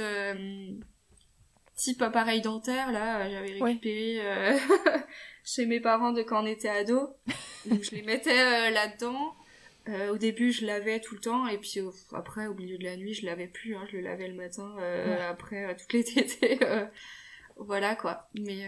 type appareil dentaire là. J'avais récupéré chez mes parents de quand on était ado. Donc je les mettais là-dedans. Au début, je lavais tout le temps, et puis après, au milieu de la nuit, je lavais plus. Je le lavais le matin après toutes les tétées. Voilà quoi. Mais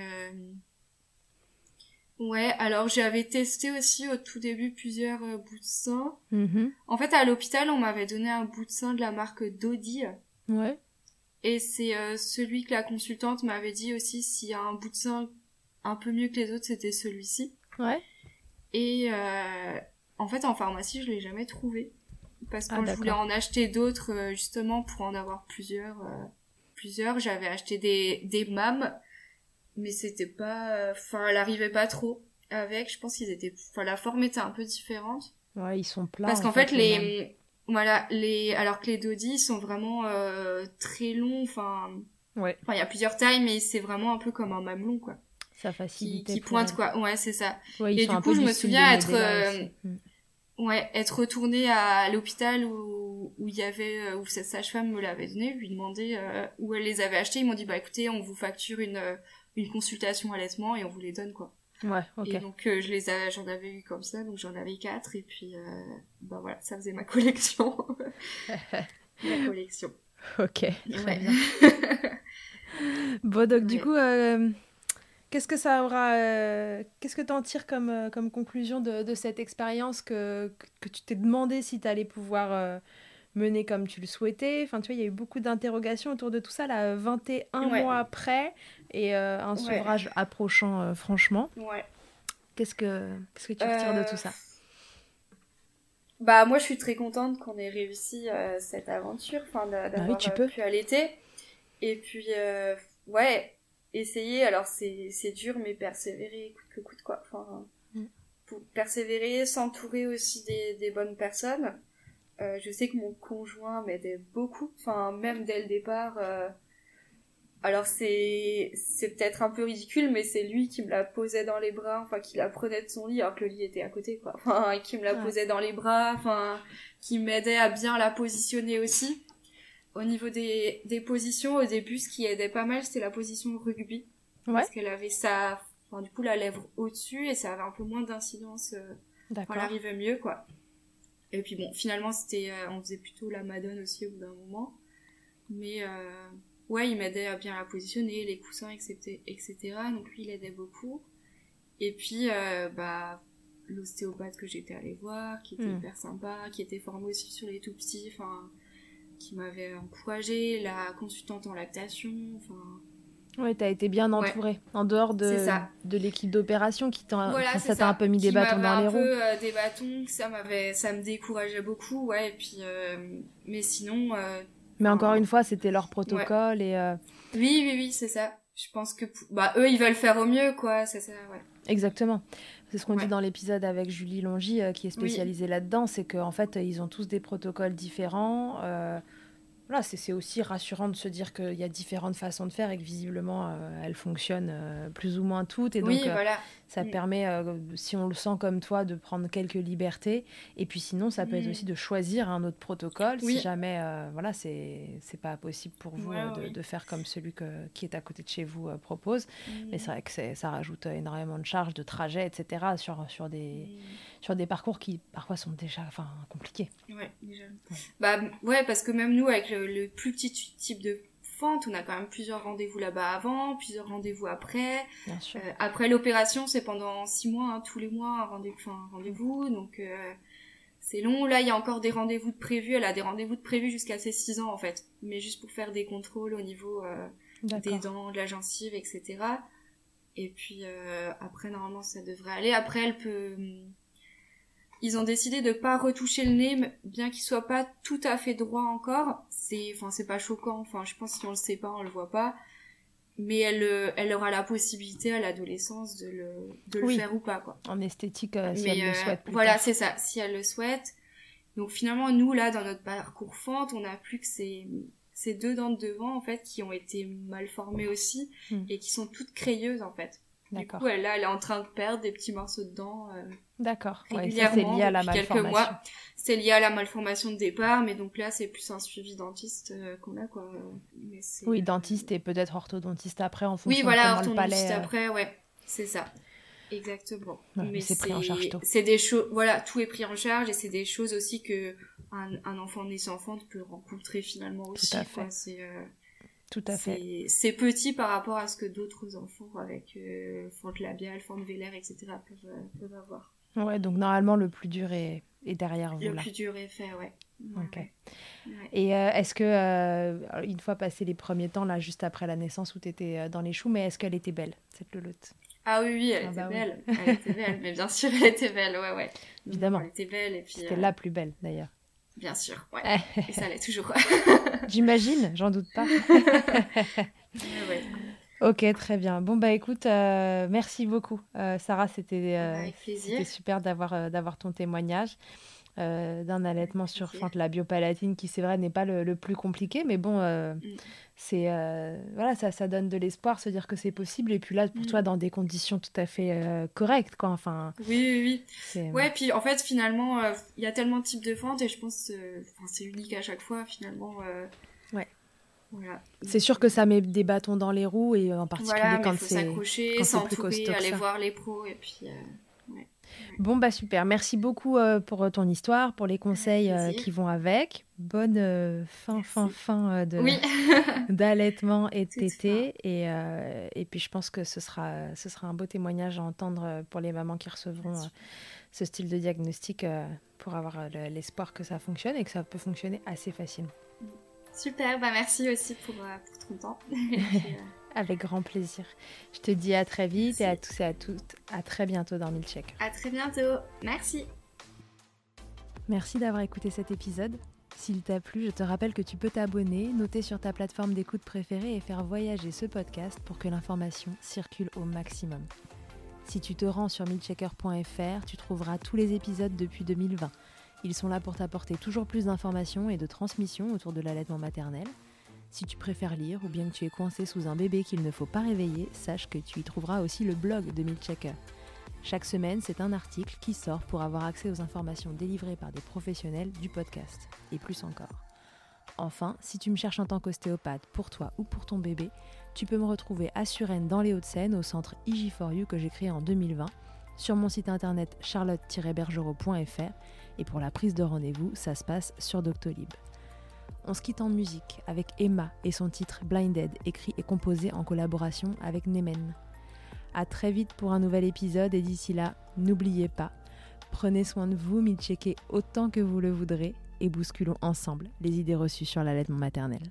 ouais, alors j'avais testé aussi au tout début plusieurs bouts de sein. En fait, à l'hôpital, on m'avait donné un bout de sein de la marque Dodi. Ouais. Et c'est celui que la consultante m'avait dit aussi, s'il y a un bout de sein un peu mieux que les autres, c'était celui-ci. Ouais. Et en fait, en pharmacie, je l'ai jamais trouvé. Parce que quand je voulais en acheter d'autres, justement, pour en avoir plusieurs, j'avais acheté des MAM. Mais c'était pas, elle arrivait pas trop avec. Je pense qu'ils étaient, la forme était un peu différente. Ouais, ils sont plats. Parce qu'en fait, alors que les Dodi sont vraiment très longs. Ouais. Il y a plusieurs tailles, mais c'est vraiment un peu comme un mamelon, quoi. Ça facilite. Qui pointe, quoi. Ouais, c'est ça. Ouais, et du coup, je me souviens être retournée à l'hôpital où il y avait, où cette sage-femme me l'avait donné, lui demander où elle les avait achetés. Ils m'ont dit, écoutez, on vous facture une consultation allaitement et on vous les donne, quoi. Ouais, ok. Et donc j'en avais eu comme ça, donc j'en avais 4, et puis voilà, ça faisait ma collection. Ma collection. Ok, très bien. Bon, donc du coup, qu'est-ce que ça aura, qu'est-ce que t'en tires comme conclusion de cette expérience que tu t'es demandé si t'allais pouvoir mener comme tu le souhaitais? Enfin, tu vois, il y a eu beaucoup d'interrogations autour de tout ça, là, 21 mois après, et un sevrage approchant, franchement. Ouais. Qu'est-ce que tu retires de tout ça? Moi, je suis très contente qu'on ait réussi cette aventure, d'avoir pu allaiter. Et puis, essayer, alors c'est dur, mais persévérer coûte que coûte, quoi. Pour persévérer, s'entourer aussi des bonnes personnes. Je sais que mon conjoint m'aidait beaucoup, même dès le départ. Alors c'est peut-être un peu ridicule, mais c'est lui qui me la posait dans les bras, qui la prenait de son lit, alors que le lit était à côté, quoi. Et qui me la posait dans les bras, qui m'aidait à bien la positionner aussi. Au niveau des positions, au début, ce qui aidait pas mal, c'était la position rugby. Ouais. Parce qu'elle avait du coup, la lèvre au-dessus, et ça avait un peu moins d'incidence. Elle arrivait mieux, quoi. Et puis bon, finalement, on faisait plutôt la madone aussi au bout d'un moment. Mais il m'aidait à bien la positionner, les coussins, etc. Donc lui, il aidait beaucoup. Et puis, l'ostéopathe que j'étais allée voir, qui était hyper sympa, qui était formée aussi sur les tout petits, qui m'avait encouragée, la consultante en lactation, Ouais, t'as été bien entourée, en dehors de l'équipe d'opération ça t'a un peu mis des bâtons dans les roues. Un peu des bâtons, ça me décourageait beaucoup, ouais, et puis, mais sinon... mais encore une fois, c'était leur protocole, et... Oui, c'est ça. Je pense que, eux, ils veulent faire au mieux, quoi, c'est ça, ouais. Exactement. C'est ce qu'on dit dans l'épisode avec Julie Longy, qui est spécialisée là-dedans, c'est qu'en fait, ils ont tous des protocoles différents. Voilà, c'est aussi rassurant de se dire qu'il y a différentes façons de faire et que visiblement, elles fonctionnent plus ou moins toutes. Et donc, ça permet, si on le sent comme toi, de prendre quelques libertés. Et puis sinon, ça peut être aussi de choisir un autre protocole si jamais c'est pas possible pour vous de faire comme celui qui est à côté de chez vous propose. Mais c'est vrai que ça rajoute énormément de charges, de trajets, etc. sur des parcours qui parfois sont déjà compliqués. Ouais, déjà. Parce que même nous, avec le plus petit type de fente, on a quand même plusieurs rendez-vous là-bas avant, plusieurs rendez-vous après. Bien sûr. Après l'opération, c'est pendant 6 mois, tous les mois un rendez-vous, donc c'est long. Là, il y a encore des rendez-vous de prévus. Elle a des rendez-vous de prévus jusqu'à ses 6 ans, en fait. Mais juste pour faire des contrôles au niveau des dents, de la gencive, etc. Et puis après normalement ça devrait aller. Après elle peut... Ils ont décidé de pas retoucher le nez, bien qu'il soit pas tout à fait droit encore. C'est pas choquant. Enfin, je pense que si on le sait pas, on le voit pas. Mais elle aura la possibilité à l'adolescence de le faire ou pas, quoi. En esthétique, si elle le souhaite. Voilà, c'est ça. Si elle le souhaite. Donc finalement, nous là, dans notre parcours fente, on a plus que ces 2 dents de devant, en fait, qui ont été mal formées aussi et qui sont toutes crayeuses, en fait. D'accord. Du coup, elle est en train de perdre des petits morceaux de dents. D'accord. Régulièrement, ça, c'est lié à la quelques malformation. mois. C'est lié à la malformation de départ, mais donc là, c'est plus un suivi dentiste qu'on a, quoi. Mais oui, dentiste et peut-être orthodontiste après, en fonction de comment le palais... Oui, voilà, orthodontiste après, ouais. C'est ça. Exactement. Ouais, mais c'est pris en charge tôt. C'est des choses, voilà, tout est pris en charge et c'est des choses aussi que un enfant né sans fente peut rencontrer finalement aussi. Tout à fait. Quoi. Tout à fait. C'est petit par rapport à ce que d'autres enfants avec fente labiale, fente vélaire, etc. peuvent avoir. Ouais, donc normalement le plus dur est derrière vous. Le plus dur est fait, ouais. Ok. Ouais. Et est-ce que, une fois passé les premiers temps, là, juste après la naissance où tu étais dans les choux, mais est-ce qu'elle était belle, cette lolotte ? Ah oui, elle était belle. Oui. Elle était belle, mais bien sûr, elle était belle, ouais. Évidemment. Elle était belle, et puis... C'était la plus belle, d'ailleurs. Bien sûr, ouais. Et ça l'est toujours. J'imagine, j'en doute pas. Ouais. Ok, très bien. Bon, bah écoute, merci beaucoup. Sarah, c'était super d'avoir ton témoignage d'un allaitement sur fente labiopalatine qui, c'est vrai, n'est pas le plus compliqué, mais bon, c'est voilà, ça donne de l'espoir, se dire que c'est possible. Et puis là, pour toi, dans des conditions tout à fait correctes, quoi. Enfin, oui. Ouais, puis en fait, finalement, il y a tellement de types de fentes et je pense que c'est unique à chaque fois, finalement. Ouais. Voilà. C'est sûr que ça met des bâtons dans les roues et en particulier quand c'est s'accrocher, s'entourer, aller voir les pros et puis ouais. Bon bah super, merci beaucoup pour ton histoire, pour les conseils qui vont avec. Bonne fin d'allaitement et de tétée et puis je pense que ce sera un beau témoignage à entendre pour les mamans qui recevront ce style de diagnostic pour avoir l'espoir que ça fonctionne et que ça peut fonctionner assez facilement. Super, bah merci aussi pour ton temps. Avec grand plaisir. Je te dis à très vite et à tous et à toutes, à très bientôt dans Milkshaker. À très bientôt, merci. Merci d'avoir écouté cet épisode. S'il t'a plu, je te rappelle que tu peux t'abonner, noter sur ta plateforme d'écoute préférée et faire voyager ce podcast pour que l'information circule au maximum. Si tu te rends sur milkshaker.fr, tu trouveras tous les épisodes depuis 2020. Ils sont là pour t'apporter toujours plus d'informations et de transmissions autour de l'allaitement maternel. Si tu préfères lire ou bien que tu es coincé sous un bébé qu'il ne faut pas réveiller, sache que tu y trouveras aussi le blog de Milkshaker. Chaque semaine, c'est un article qui sort pour avoir accès aux informations délivrées par des professionnels du podcast, et plus encore. Enfin, si tu me cherches en tant qu'ostéopathe pour toi ou pour ton bébé, tu peux me retrouver à Suresnes dans les Hauts-de-Seine au centre IG4U que j'ai créé en 2020, sur mon site internet charlotte-bergerot.fr et pour la prise de rendez-vous, ça se passe sur Doctolib. On se quitte en musique avec Emma et son titre Blinded, écrit et composé en collaboration avec Nemen. À très vite pour un nouvel épisode et d'ici là, n'oubliez pas, prenez soin de vous, milkshaker autant que vous le voudrez et bousculons ensemble les idées reçues sur l'allaitement maternel.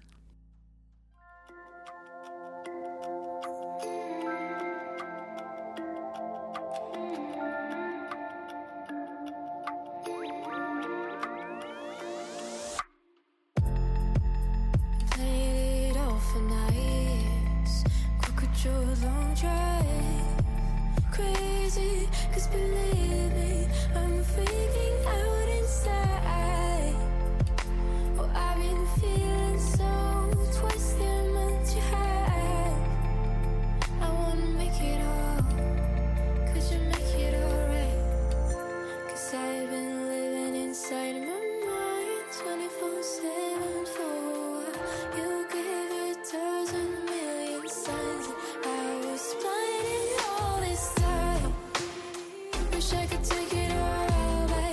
Wish I could take it all back.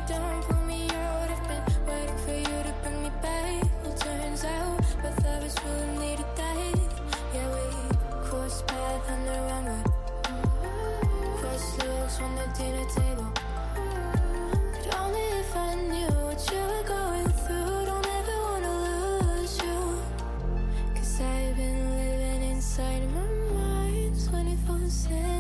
don't pull me out. I've been waiting for you to bring me back. Well, turns out both of us will need a date. Yeah, we crossed paths on the wrong way. Cross looks from the dinner table. But only if I knew what you were going through. Don't ever wanna lose you. 'Cause I've been living inside my mind 24/7.